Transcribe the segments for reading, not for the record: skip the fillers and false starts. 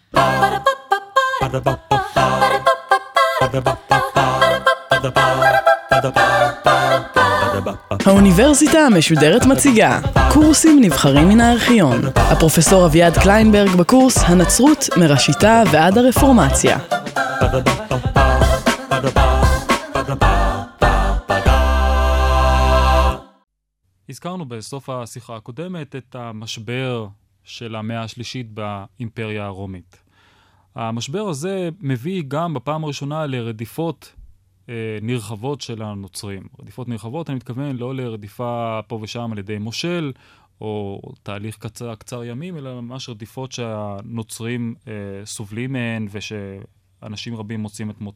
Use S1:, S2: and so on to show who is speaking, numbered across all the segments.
S1: האוניברסיטה המשודרת מציגה קורסים נבחרים מן הארכיון. הפרופסור אביעד קליינברג בקורס הנצרות מראשיתה ועד הרפורמציה.
S2: הזכרנו בסוף השיחה הקודמת את המשבר של המאה השלישית באימפריה הרומית. המשבר הזה מביא גם בפעם הראשונה לרדיפות נרחבות של הנוצרים. רדיפות נרחבות, אני מתכוון לא לרדיפה פה ושם על ידי מושל, או תהליך קצר ימים, אלא ממש רדיפות שהנוצרים סובלים מהן, ושאנשים רבים מוצאים את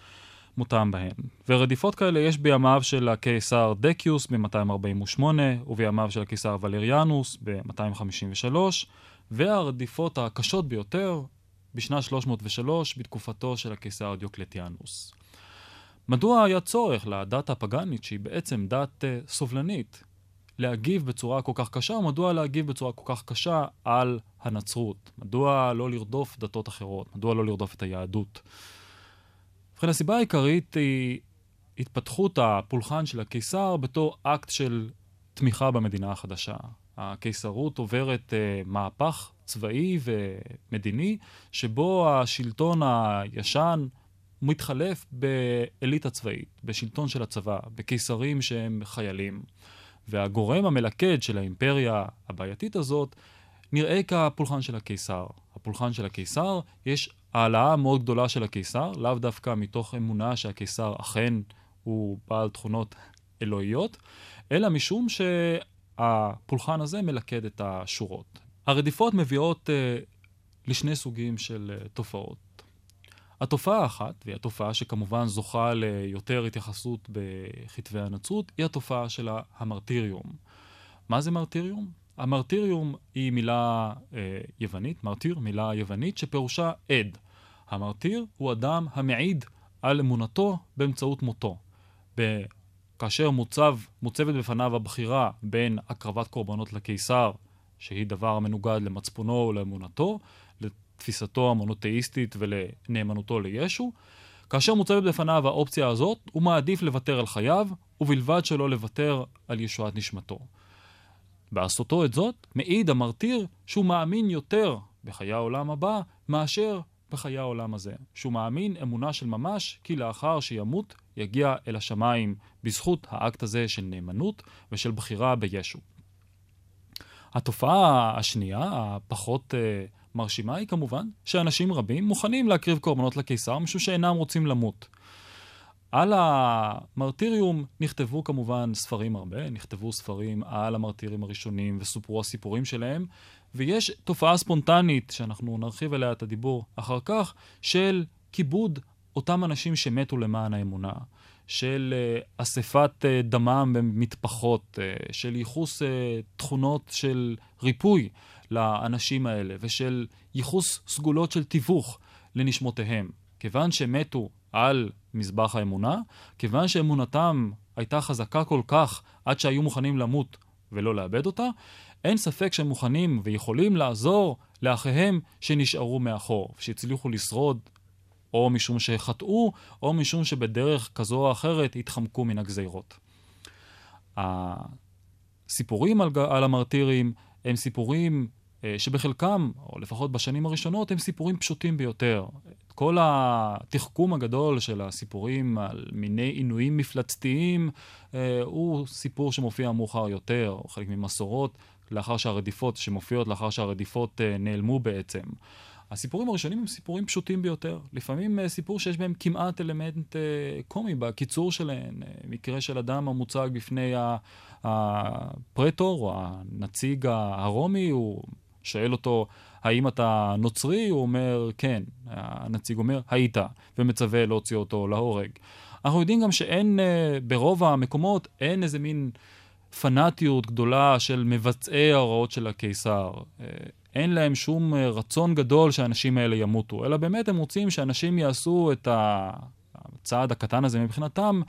S2: מותם בהן. ורדיפות כאלה יש בימיו של הקיסר דקיוס ב-248, ובימיו של הקיסר ולריאנוס ב-253, והרדיפות הקשות ביותר בשנת 303 בתקופתו של הקיסר דיוקלטיאנוס. מדוע היה צורך לדת הפגנית, שהיא בעצם דת סובלנית, להגיב בצורה כל כך קשה, ומדוע להגיב בצורה כל כך קשה על הנצרות? מדוע לא לרדוף דתות אחרות? מדוע לא לרדוף את היהדות? ובכן, הסיבה העיקרית היא התפתחות הפולחן של הקיסר בתור אקט של תמיכה במדינה החדשה. הקיסרות עוברת מהפך צבאי ומדיני, שבו השלטון הישן מתחלף באליטה צבאית, בשלטון של הצבא, בקיסרים שהם חיילים. והגורם המלכד של האימפריה הבעייתית הזאת נראה כפולחן של הקיסר. הפולחן של הקיסר, יש העלאה מאוד גדולה של הקיסר, לאו דווקא מתוך אמונה שהקיסר אכן הוא בעל תכונות אלוהיות, אלא משום שהפולחן הזה מלכד את השורות. הרדיפות מביאות לשני סוגים של תופעות. התופעה האחת, והיא התופעה שכמובן זוכה ליותר התייחסות בכתבי הנצרות, היא התופעה של המרטיריום. מה זה מרטיריום? המרטיריום היא מילה יוונית, מרטיר, מילה יוונית שפירושה עד. המרטיר הוא אדם המעיד על אמונתו באמצעות מותו. כאשר מוצבת בפניו הבחירה בין הקרבת קורבנות לקיסר, שהיא דבר מנוגד למצפונו ולאמונתו, לתפיסתו המונותאיסטית ולנאמנותו לישו, כאשר מוצבת בפניו האופציה הזאת, הוא מעדיף לוותר על חייו, ובלבד שלא לוותר על ישועת נשמתו. בעשותו את זאת, מעיד המרטיר שהוא מאמין יותר בחיי העולם הבא, מאשר בחיי העולם הזה. שהוא מאמין אמונה של ממש, כי לאחר שימות יגיע אל השמיים בזכות האקט הזה של נאמנות ושל בחירה בישו. התופעה השנייה, הפחות מרשימה, היא כמובן שאנשים רבים מוכנים להקריב קורבנות לקיסר משום שאינם רוצים למות. על המרטיריום נכתבו כמובן ספרים הרבה, נכתבו ספרים על המרטירים הראשונים וסופרו הסיפורים שלהם, ויש תופעה ספונטנית שאנחנו נרחיב אליה את הדיבור אחר כך, של כיבוד אותם אנשים שמתו למען האמונה, של אספת דמם במטפחות, של ייחוס תכונות של ריפוי לאנשים האלה, ושל ייחוס סגולות של תיווך לנשמותיהם. כיוון שמתו על מזבח האמונה, כיוון שאמונתם הייתה חזקה כל כך עד שהיו מוכנים למות ולא לאבד אותה, אין ספק שהם מוכנים ויכולים לעזור לאחיהם שנשארו מאחור, שהצליחו לשרוד, או משום שחטאו, או משום שבדרך כזו או אחרת התחמקו מן הגזירות. הסיפורים על המרטירים הם סיפורים שבחלקם, או לפחות בשנים הראשונות, הם סיפורים פשוטים ביותר. כל התחכום הגדול של הסיפורים על מיני עינויים מפלצתיים, הוא סיפור שמופיע מאוחר יותר, או חלק ממסורות, לאחר שהרדיפות, שמופיעות לאחר שהרדיפות נעלמו בעצם. הסיפורים הראשונים הם סיפורים פשוטים ביותר. לפעמים סיפור שיש בהם כמעט אלמנט קומי בקיצור שלהם. מקרה של אדם המוצג בפני הפרטור, או הנציג הרומי, הוא שואל אותו, האם אתה נוצרי? הוא אומר, כן. הנציג אומר, היית, ומצווה להוציא אותו להורג. אנחנו יודעים גם שאין, ברוב המקומות, אין איזה מין פנאטיות גדולה של מבצעי ההוראות של הקיסר. אין להם שום רצון גדול שהאנשים האלה ימותו, אלא באמת הם רוצים שאנשים יעשו את הצעד הקטן הזה מבחינתם,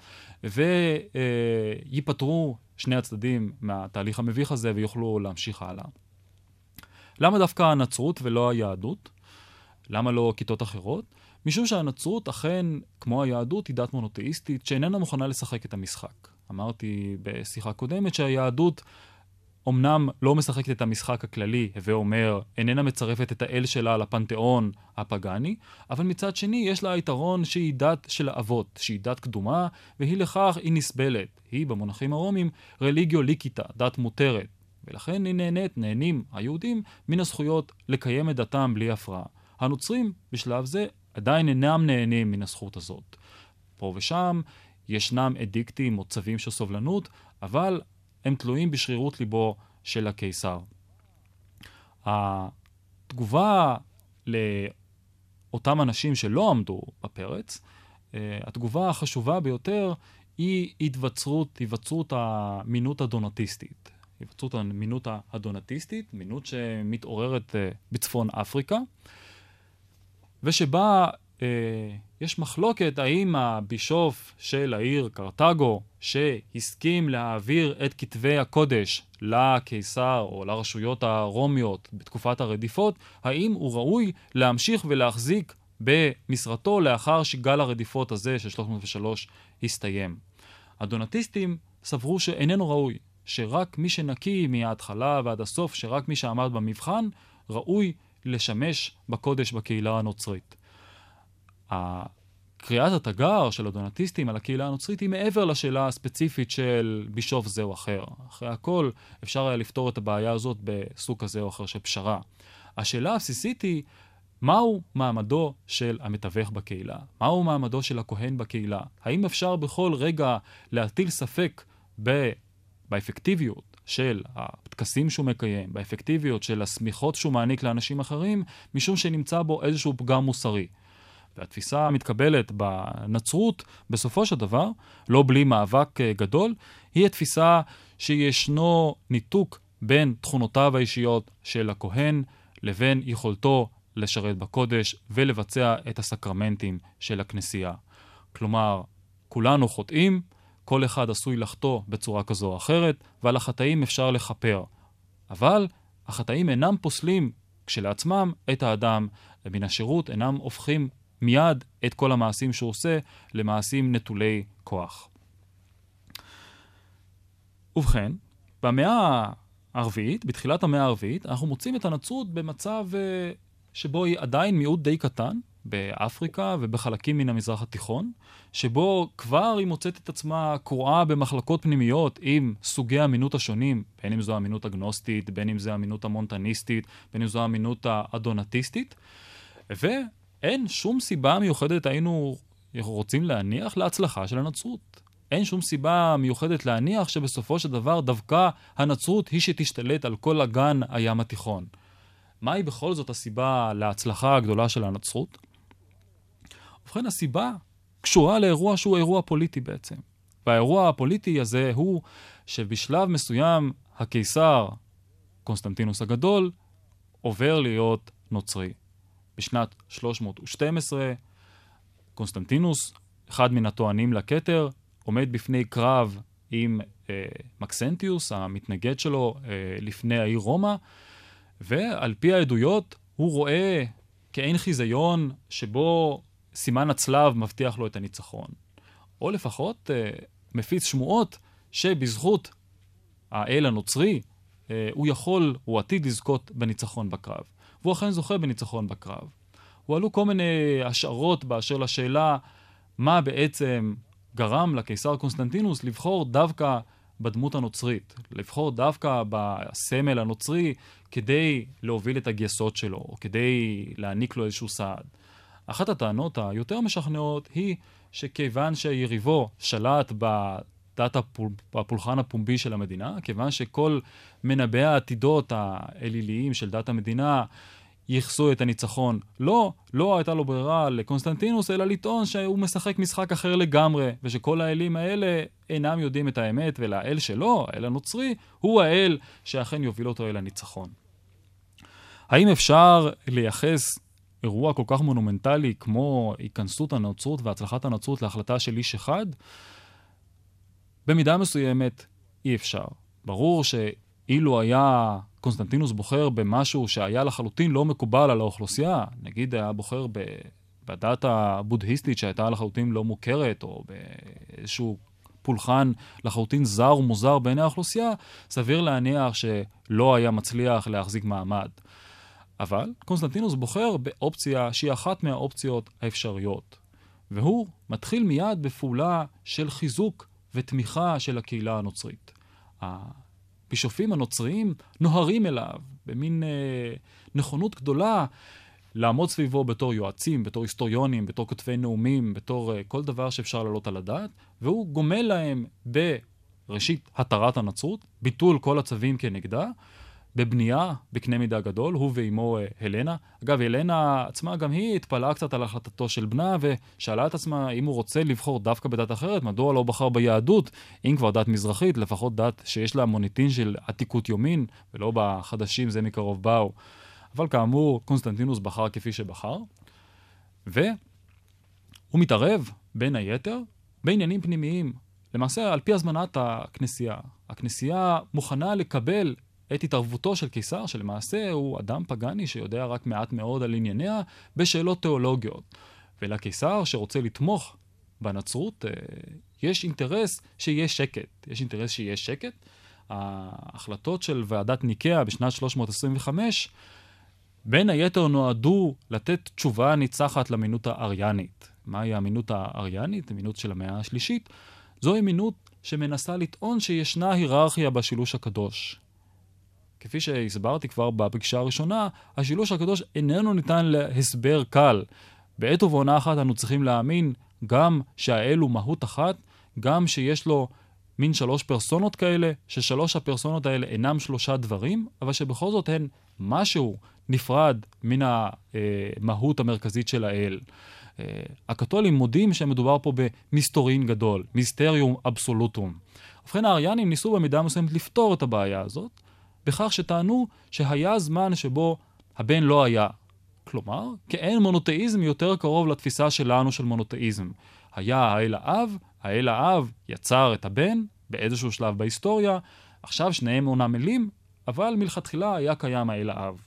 S2: ויפטרו שני הצדדים מהתהליך המביך הזה, ויוכלו להמשיך הלאה. למה דווקא הנצרות ולא היהדות? למה לא כיתות אחרות? משום שהנצרות אכן, כמו היהדות, היא דת מונותאיסטית שאיננה מוכנה לשחק את המשחק. אמרתי בשיחה קודמת שהיהדות אמנם לא משחקת את המשחק הכללי, ואומר, איננה מצרפת את האל שלה לפנתיאון הפגני, אבל מצד שני יש לה היתרון שהיא דת של האבות, שהיא דת קדומה, והיא לכך היא נסבלת. היא במונחים הרומיים רליגיו ליקיטה, דת מותרת. ולכן היא נהנים היהודים מן הזכויות לקיים את דתם בלי הפרעה. הנוצרים בשלב זה עדיין אינם נהנים מן הזכות הזאת. פה ושם ישנם אדיקטים או צווים של סובלנות, אבל הם תלויים בשרירות ליבו של הקיסר. התגובה לאותם אנשים שלא עמדו בפרץ, התגובה החשובה ביותר היא היווצרות המינות הדונטיסטית. היווצרות המינות הדונטיסטית, מינות שמתעוררת בצפון אפריקה, ושבה יש מחלוקת האם הבישוף של העיר קרתגו, שהסכים להעביר את כתבי הקודש לקיסר או לרשויות הרומיות בתקופת הרדיפות, האם הוא ראוי להמשיך ולהחזיק במשרתו לאחר שגל הרדיפות הזה של 303 הסתיים. הדונטיסטים סברו שאיננו ראוי, שרק מי שנקי מההתחלה ועד הסוף, שרק מי שעמד במבחן, ראוי לשמש בקודש בקהילה הנוצרית. קריאת התגר של הדונטיסטים על הקהילה הנוצרית היא מעבר לשאלה הספציפית של בישוף זה או אחר. אחרי הכל אפשר היה לפתור את הבעיה הזאת בסוג כזה או אחר של פשרה. השאלה הבסיסית היא, מהו מעמדו של המתווך בקהילה? מהו מעמדו של הכהן בקהילה? האם אפשר בכל רגע להטיל ספק באפקטיביות של הטקסים שהוא מקיים, באפקטיביות של הסמיכות שהוא מעניק לאנשים אחרים, משום שנמצא בו איזשהו פגם מוסרי? והתפיסה המתקבלת בנצרות, בסופו של דבר, לא בלי מאבק גדול, היא התפיסה שישנו ניתוק בין תכונותיו האישיות של הכהן לבין יכולתו לשרת בקודש ולבצע את הסקרמנטים של הכנסייה. כלומר, כולנו חוטאים, כל אחד עשוי לחטוא בצורה כזו או אחרת, ועל החטאים אפשר לחפר. אבל החטאים אינם פוסלים כשלעצמם את האדם מן השירות, אינם הופכים מיד את כל המעשים שהוא עושה למעשים נטולי כוח. ובכן, במאה הרביעית, בתחילת המאה הרביעית, אנחנו מוצאים את הנצרות במצב שבו היא עדיין מיעוט די קטן, באפריקה ובחלקים מן המזרח התיכון, שבו כבר היא מוצאת את עצמה קרואה במחלקות פנימיות עם סוגי האמינות השונים, בין אם זו האמינות הגנוסטית, בין אם זו האמינות המונטניסטית, בין אם זו האמינות האדונטיסטית, ואין שום סיבה מיוחדת היינו רוצים להניח להצלחה של הנצרות. אין שום סיבה מיוחדת להניח שבסופו של דבר דווקא הנצרות היא שתשתלט על כל אגן הים התיכון. מהי בכל זאת הסיבה להצלחה הגדולה של הנצרות? ובכן, הסיבה קשורה לאירוע שהוא אירוע פוליטי בעצם. והאירוע הפוליטי הזה הוא שבשלב מסוים הקיסר קונסטנטינוס הגדול עובר להיות נוצרי. בשנת 312 קונסטנטינוס, אחד מן הטוענים לכתר, עומד בפני קרב עם מקסנטיוס, המתנגד שלו לפני העיר רומא, ועל פי העדויות הוא רואה כאין חיזיון שבו סימן הצלב מבטיח לו את הניצחון. או לפחות מפיץ שמועות שבזכות האל הנוצרי הוא עתיד לזכות בניצחון בקרב. והוא אכן זוכה בניצחון בקרב. הועלו כל מיני השערות באשר לשאלה מה בעצם גרם לקיסר קונסטנטינוס לבחור דווקא בדמות הנוצרית, לבחור דווקא בסמל הנוצרי כדי להוביל את הגייסות שלו, או כדי להעניק לו איזשהו סעד. אחת הטענות היותר משכנעות היא שכיוון שיריבו שלט בדת הפולחן הפומבי של המדינה, כיוון שכל מנבאי העתידות האליליים של דת המדינה יחסו את הניצחון, לא הייתה לו ברירה לקונסטנטינוס, אלא לטעון שהוא משחק משחק אחר לגמרי, ושכל האלים האלה אינם יודעים את האמת, ולאל שלו, האל הנוצרי, הוא האל שאכן יוביל אותו אל הניצחון. האם אפשר לייחס אירוע כל כך מונומנטלי כמו היכנסות הנצרות והצלחת הנצרות להחלטה של איש אחד? במידה מסוימת אי אפשר. ברור אילו היה קונסטנטינוס בוחר במשהו שהיה לחלוטין לא מקובל על האוכלוסייה, נגיד היה בוחר בדת הבודהיסטית שהייתה לחלוטין לא מוכרת, או באיזשהו פולחן לחלוטין זר ומוזר בעיני האוכלוסייה, סביר להניח שלא היה מצליח להחזיק מעמד. אבל קונסטנטינוס בוחר באופציה שהיא אחת מהאופציות האפשריות. והוא מתחיל מיד בפעולה של חיזוק ותמיכה של הקהילה הנוצרית. הבישופים הנוצריים נוהרים אליו במין נכונות גדולה לעמוד סביבו בתור יועצים, בתור היסטוריונים, בתור כותבי נאומים, בתור כל דבר שאפשר לעלות על הדעת, והוא גומל להם בראשית התרת הנצרות, ביטול כל הצווים כנגדה, בבנייה, בקנה מידה גדול, הוא ואימו הלנה. אגב, הלנה עצמה גם היא התפלאה קצת על החלטתו של בנה, ושאלה את עצמה אם הוא רוצה לבחור דווקא בדת אחרת, מדוע לא בחר ביהדות, אם כבר דת מזרחית, לפחות דת שיש לה מוניטין של עתיקות יומין, ולא בחדשים זה מקרוב באו. אבל כאמור, קונסטנטינוס בחר כפי שבחר, והוא מתערב, בין היתר, בעניינים פנימיים. למעשה, על פי הזמנת הכנסייה. הכנסייה מוכנה לקבל את התערבותו של קיסר, שלמעשה הוא אדם פגני שיודע רק מעט מאוד על ענייניה, בשאלות תיאולוגיות. ולקיסר שרוצה לתמוך בנצרות, יש אינטרס שיהיה שקט. יש אינטרס שיהיה שקט. ההחלטות של ועדת ניקאה בשנת 325, בין היתר נועדו לתת תשובה ניצחת למינות האריאנית. מהי המינות האריאנית? המינות של המאה השלישית. זוהי מינות שמנסה לטעון שישנה היררכיה בשילוש הקדוש. כפי שהסברתי כבר בפגישה הראשונה, השילוש הקדוש איננו ניתן להסבר קל. בעת ובעונה אחת אנו צריכים להאמין גם שהאל הוא מהות אחת, גם שיש לו מין 3 פרסונות כאלה, ששלוש הפרסונות האלה אינם 3 דברים, אבל שבכל זאת הן משהו נפרד מן המהות המרכזית של האל. הקתולים מודים שמדובר פה במסתורין גדול, מיסטריום אבסולוטום. ובכן האריאנים ניסו במידה מסוימת לפתור את הבעיה הזאת, בכך שטענו שהיה זמן שבו הבן לא היה. כלומר, כאין מונותאיזם יותר קרוב לתפיסה שלנו של מונותאיזם. היה האל האב יצר את הבן באיזשהו שלב בהיסטוריה, עכשיו שניהם אונם אלים, אבל מלכתחילה היה קיים האל האב.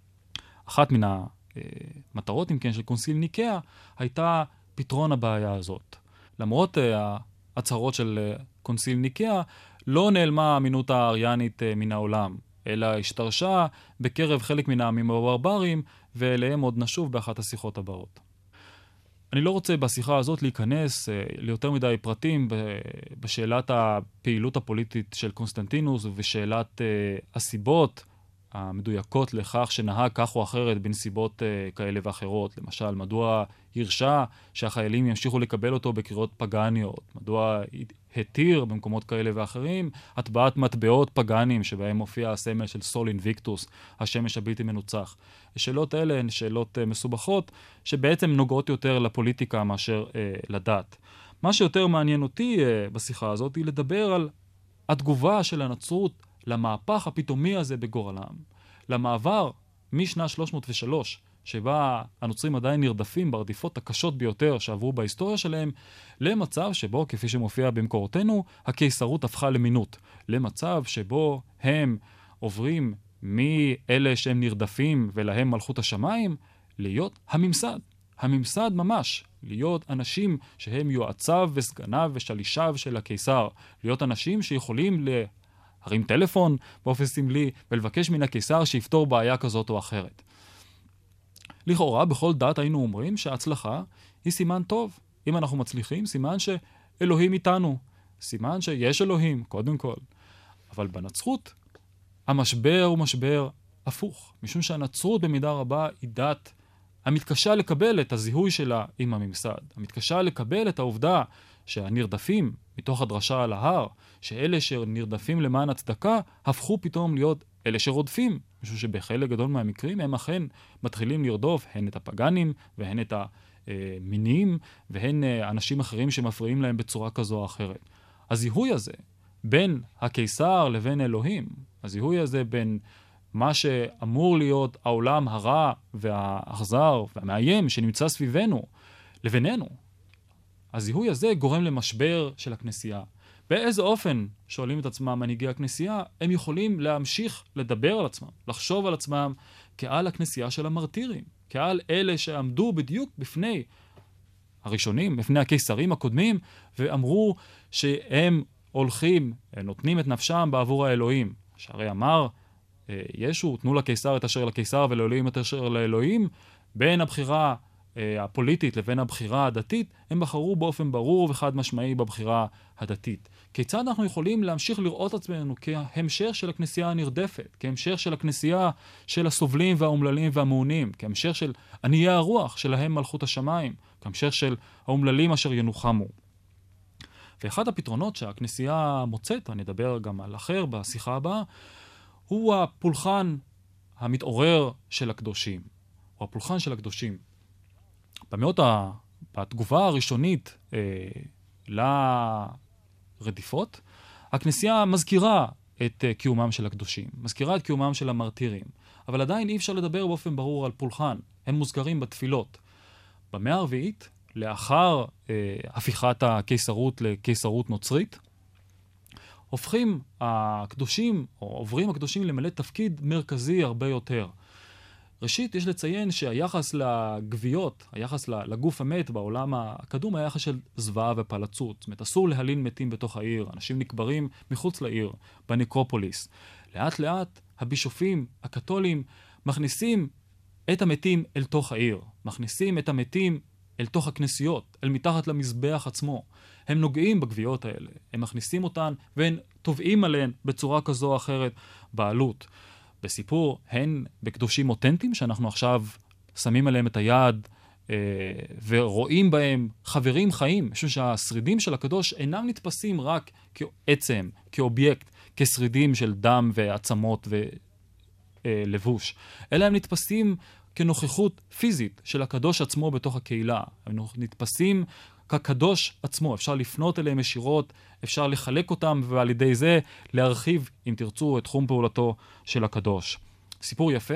S2: אחת מן המטרות, אם כן, של קונסיל ניקאה, הייתה פתרון הבעיה הזאת. למרות ההצהרות של קונסיל ניקאה, לא נעלמה האמינות האריאנית מן העולם, אלא השתרשה בקרב חלק מן העמים הברברים, ואליהם עוד נשוב באחת השיחות הבאות. אני לא רוצה בשיחה הזאת להיכנס ליותר מדי פרטים בשאלת הפעילות הפוליטית של קונסטנטינוס ובשאלת הסיבות המדויקות לכך שנהג כך או אחרת בנסיבות כאלה ואחרות. למשל, מדוע הרשה שהחיילים ימשיכו לקבל אותו בקריאות פגניות? מדוע התיר במקומות כאלה ואחרים הטבעת מטבעות פגנים שבהם מופיע הסמל של סול אינביקטוס, השמש הבלתי מנוצח? השאלות האלה הן שאלות מסובכות שבעצם נוגעות יותר לפוליטיקה מאשר לדת. מה שיותר מעניין אותי בשיחה הזאת היא לדבר על התגובה של הנצרות למהפך הפתאומי הזה בגורלם. למעבר משנה 303, שבה הנוצרים עדיין נרדפים ברדיפות הקשות ביותר שעברו בהיסטוריה שלהם, למצב שבו, כפי שמופיע במקורותינו, הקיסרות הפכה למינות. למצב שבו הם עוברים מאלה שהם נרדפים ולהם מלכות השמיים, להיות הממסד. הממסד ממש. להיות אנשים שהם יועציו וסגניו ושלישיו של הקיסר. להיות אנשים שיכולים להרים טלפון באופן סמלי ולבקש מן הקיסר שיפתור בעיה כזאת או אחרת. לכאורה, בכל דת היינו אומרים שההצלחה היא סימן טוב. אם אנחנו מצליחים, סימן שאלוהים איתנו. סימן שיש אלוהים, קודם כל. אבל בנצרות, המשבר הוא משבר הפוך. משום שהנצרות במידה רבה היא דת המתקשה לקבל את הזיהוי שלה עם הממסד. המתקשה לקבל את העובדה שהנרדפים מתוך הדרשה על ההר, שאלה שנרדפים למען הצדקה, הפכו פתאום להיות אלה שרודפים. משום שבחלק גדול מהמקרים הם אכן מתחילים לרדוף הן את הפגנים והן את המינים והן אנשים אחרים שמפריעים להם בצורה כזו או אחרת. הזיהוי הזה בין הקיסר לבין אלוהים, הזיהוי הזה בין מה שאמור להיות העולם הרע והאכזר והמאיים שנמצא סביבנו לבינינו, הזיהוי הזה גורם למשבר של הכנסייה. באיזה אופן, שואלים את עצמם מנהיגי הכנסייה, הם יכולים להמשיך לדבר על עצמם, לחשוב על עצמם כעל הכנסייה של המרטירים, כעל אלה שעמדו בדיוק בפני הראשונים, בפני הקיסרים הקודמים, ואמרו שהם הולכים, נותנים את נפשם בעבור האלוהים. שהרי אמר, ישו, תנו לקיסר את אשר לקיסר ולאלוהים את אשר לאלוהים, בין הבחירה הפוליטית לבין הבחירה הדתית, הם בחרו באופן ברור וחד משמעי בבחירה הדתית. כיצד אנחנו יכולים להמשיך לראות עצמנו כהמשך של הכנסייה הנרדפת, כהמשך של הכנסייה של הסובלים והאומללים והמעונים, כהמשך של עניי הרוח שלהם מלכות השמיים, כהמשך של האומללים אשר ינוחמו. ואחד הפתרונות שהכנסייה מוצאת, אני אדבר גם על אחר בשיחה הבאה, הוא הפולחן המתעורר של הקדושים, או הפולחן של הקדושים. בתגובה הראשונית לרדיפות, הכנסייה מזכירה את קיומם של הקדושים, מזכירה את קיומם של המרטירים, אבל עדיין אי אפשר לדבר באופן ברור על פולחן, הם מוזכרים בתפילות. במאה הרביעית, לאחר הפיכת הקיסרות לקיסרות נוצרית, הופכים הקדושים, או עוברים הקדושים למלא תפקיד מרכזי הרבה יותר. ראשית, יש לציין שהיחס לגוויות, היחס לגוף המת בעולם הקדום, היה יחס של זוועה ופלצות. זאת אומרת, אסור להלין מתים בתוך העיר, אנשים נקברים מחוץ לעיר, בנקרופוליס. לאט לאט, הבישופים, הקתולים, מכניסים את המתים אל תוך העיר, מכניסים את המתים אל תוך הכנסיות, אל מתחת למזבח עצמו. הם נוגעים בגוויות האלה, הם מכניסים אותן והם תובעים עליהן בצורה כזו או אחרת בעלות. בסיפור, הן בקדושים אותנטיים, שאנחנו עכשיו שמים עליהם את היד ורואים בהם חברים חיים, משום שהשרידים של הקדוש אינם נתפסים רק כעצם, כאובייקט, כשרידים של דם ועצמות ולבוש, אלא הם נתפסים כנוכחות פיזית של הקדוש עצמו בתוך הקהילה. הם נתפסים כקדוש עצמו, אפשר לפנות אליהם ישירות, אפשר לחלק אותם ועל ידי זה להרחיב, אם תרצו, את תחום פעולתו של הקדוש. סיפור יפה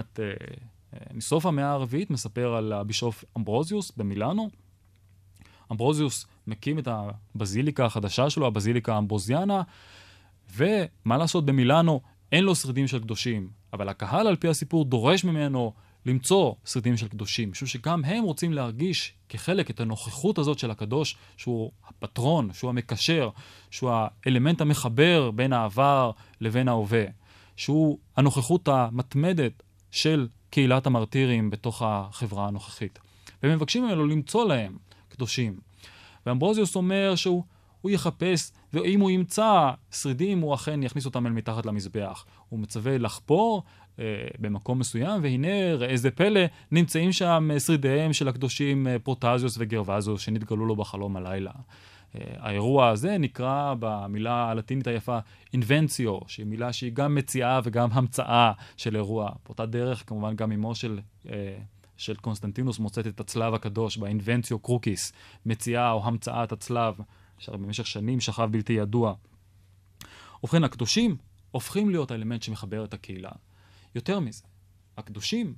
S2: מסוף המאה הרביעית מספר על הבישוף אמברוזיוס במילאנו. אמברוזיוס מקים את הבזיליקה החדשה שלו, הבזיליקה האמברוזיאנה, ומה לעשות במילאנו? אין לו שרידים של קדושים, אבל הקהל על פי הסיפור דורש ממנו למצוא שרידים של קדושים, משום שגם הם רוצים להרגיש כחלק את הנוכחות הזאת של הקדוש, שהוא הפטרון, שהוא המקשר, שהוא האלמנט המחבר בין העבר לבין ההווה, שהוא הנוכחות המתמדת של קהילת המרטירים בתוך החברה הנוכחית. והם מבקשים ממנו למצוא להם קדושים. ואמברוזיוס אומר שהוא יחפש, ואם הוא ימצא שרידים, הוא אכן יכניס אותם אל מתחת למזבח. הוא מצווה לחפור במקום מסוים, והנה, ראה זה פלא, נמצאים שם שרידיהם של הקדושים פרוטזיוס וגרווזיוס, שנתגלו לו בחלום הלילה. האירוע הזה נקרא במילה הלטינית היפה אינבנציו, שהיא מילה שהיא גם מציאה וגם המצאה של אירוע. באותה דרך, כמובן גם אמו של קונסטנטינוס מוצאת את הצלב הקדוש באינבנציו קרוקיס, מציאה או המצאת הצלב, שבמשך שנים שכב בלתי ידוע. ובכן, הקדושים הופכים להיות האלמנט שמחבר את הקהילה. יותר מזה, הקדושים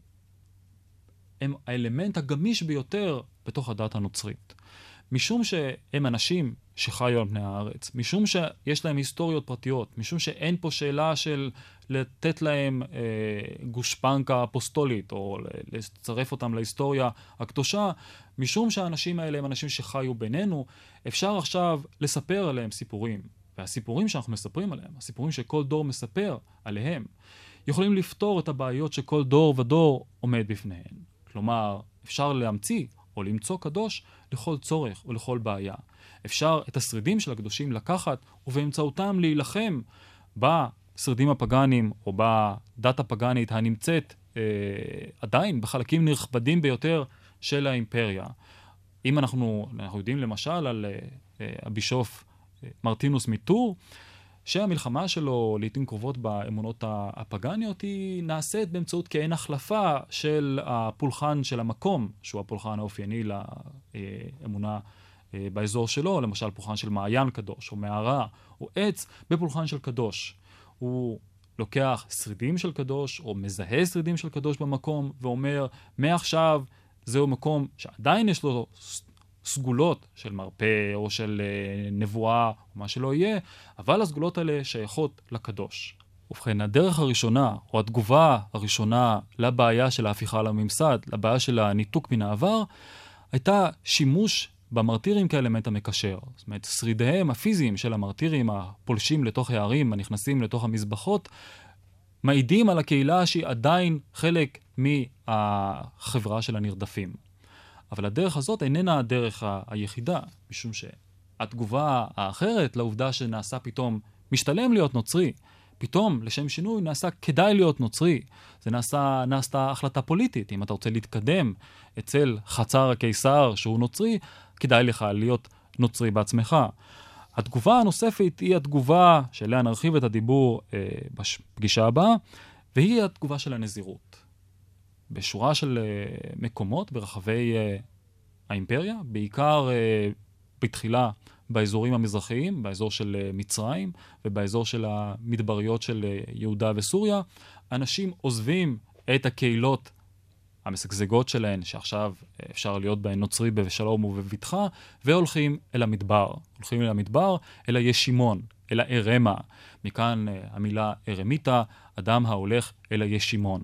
S2: הם האלמנט הגמיש ביותר בתוך הדת הנוצרית. משום שהם אנשים שחיו על פני הארץ, משום שיש להם היסטוריות פרטיות, משום שאין פה שאלה של לתת להם גושפנקה אפוסטולית, או לצרף אותם להיסטוריה הקדושה, משום שהאנשים האלה הם אנשים שחיו בינינו, אפשר עכשיו לספר עליהם סיפורים. והסיפורים שאנחנו מספרים עליהם, הסיפורים שכל דור מספר עליהם, יכולים לפתור את הבעיות שכל דור ודור עומד בפניהן. כלומר, אפשר להמציא או למצוא קדוש לכל צורך ולכל בעיה. אפשר את השרידים של הקדושים לקחת ובאמצעותם להילחם בשרידים הפגניים או בדת הפגנית הנמצאת עדיין בחלקים נכבדים ביותר של האימפריה. אם אנחנו יודעים למשל על הבישוף מרטינוס מטור, שהמלחמה שלו לעתים קרובות באמונות הפגניות היא נעשית באמצעות כאין החלפה של הפולחן של המקום, שהוא הפולחן האופייני לאמונה באזור שלו, למשל פולחן של מעיין קדוש או מערה או עץ בפולחן של קדוש. הוא לוקח שרידים של קדוש או מזהה שרידים של קדוש במקום ואומר, מעכשיו זהו מקום שעדיין יש לו סגולות של מרפא או של נבואה או מה שלא יהיה, אבל הסגולות האלה שייכות לקדוש. ובכן, הדרך הראשונה או התגובה הראשונה לבעיה של ההפיכה לממסד, לבעיה של הניתוק מן העבר, הייתה שימוש במרטירים כאלמנט המקשר. זאת אומרת, שרידיהם הפיזיים של המרטירים הפולשים לתוך הערים, הנכנסים לתוך המזבחות, מעידים על הקהילה שהיא עדיין חלק מהחברה של הנרדפים. אבל הדרך הזאת איננה הדרך היחידה, משום שהתגובה האחרת לעובדה שנעשה פתאום משתלם להיות נוצרי, פתאום לשם שינוי נעשה כדאי להיות נוצרי. זה נעשתה החלטה פוליטית. אם אתה רוצה להתקדם אצל חצר הקיסר שהוא נוצרי, כדאי לך להיות נוצרי בעצמך. התגובה הנוספת היא התגובה שאליה נרחיב את הדיבור בפגישה הבאה, והיא התגובה של הנזירות. בשורה של מקומות ברחבי האימפריה, בעיקר בתחילה באזורים המזרחיים, באזור של מצרים ובאזור של המדבריות של יהודה וסוריה, אנשים עוזבים את הקהילות המסגזגות שלהן, שעכשיו אפשר להיות בהן נוצרי בשלום ובבטחה, והולכים אל המדבר. הולכים אל המדבר, אל הישימון, אל הארמה. מכאן המילה ארמיתה, אדם ההולך אל הישימון.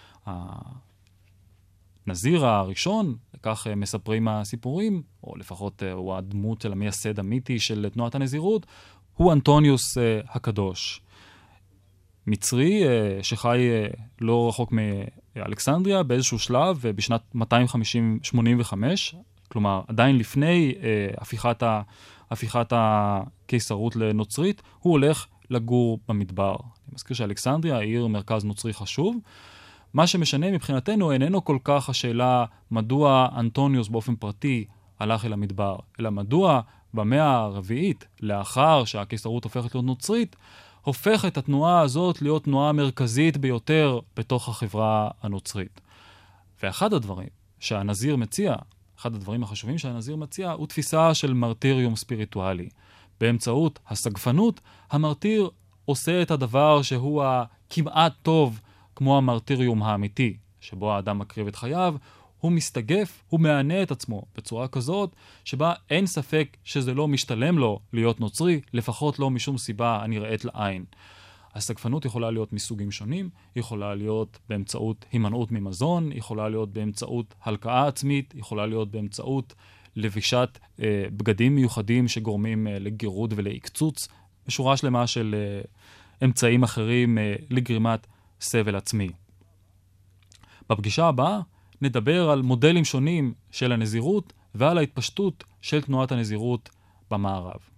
S2: הנזיר הראשון, כך מספרים הסיפורים, או לפחות הוא הדמות של המייסד המיתי של תנועת הנזירות, הוא אנטוניוס הקדוש. מצרי שחי לא רחוק מאלכסנדריה באיזשהו שלב, בשנת 285, כלומר עדיין לפני הפיכת הקיסרות לנוצרית, הוא הולך לגור במדבר. אני מזכיר שאלכסנדריה היא מרכז נוצרי חשוב. מה שמשנה מבחינתנו איננו כל כך השאלה מדוע אנטוניוס באופן פרטי הלך אל המדבר, אלא מדוע במאה הרביעית, לאחר שהקיסרות הופכת להיות נוצרית, הופכת התנועה הזאת להיות תנועה מרכזית ביותר בתוך החברה הנוצרית. ואחד הדברים שהנזיר מציע, אחד הדברים החשובים שהנזיר מציע, הוא תפיסה של מרטיריום ספיריטואלי. באמצעות הסגפנות, המרטיר עושה את הדבר שהוא הכמעט טוב כמו המרטיריום האמיתי, שבו האדם מקריב את חייו, הוא מסתגף, הוא מענה את עצמו בצורה כזאת, שבה אין ספק שזה לא משתלם לו להיות נוצרי, לפחות לא משום סיבה הנראית לעין. הסגפנות יכולה להיות מסוגים שונים, יכולה להיות באמצעות הימנעות ממזון, יכולה להיות באמצעות הלקאה עצמית, יכולה להיות באמצעות לבישת בגדים מיוחדים שגורמים לגירוד ולהקצוץ, בשורה שלמה של אמצעים אחרים לגרימת סבל עצמי. בפגישה הבאה נדבר על מודלים שונים של הנזירות ועל ההתפשטות של תנועת הנזירות במערב.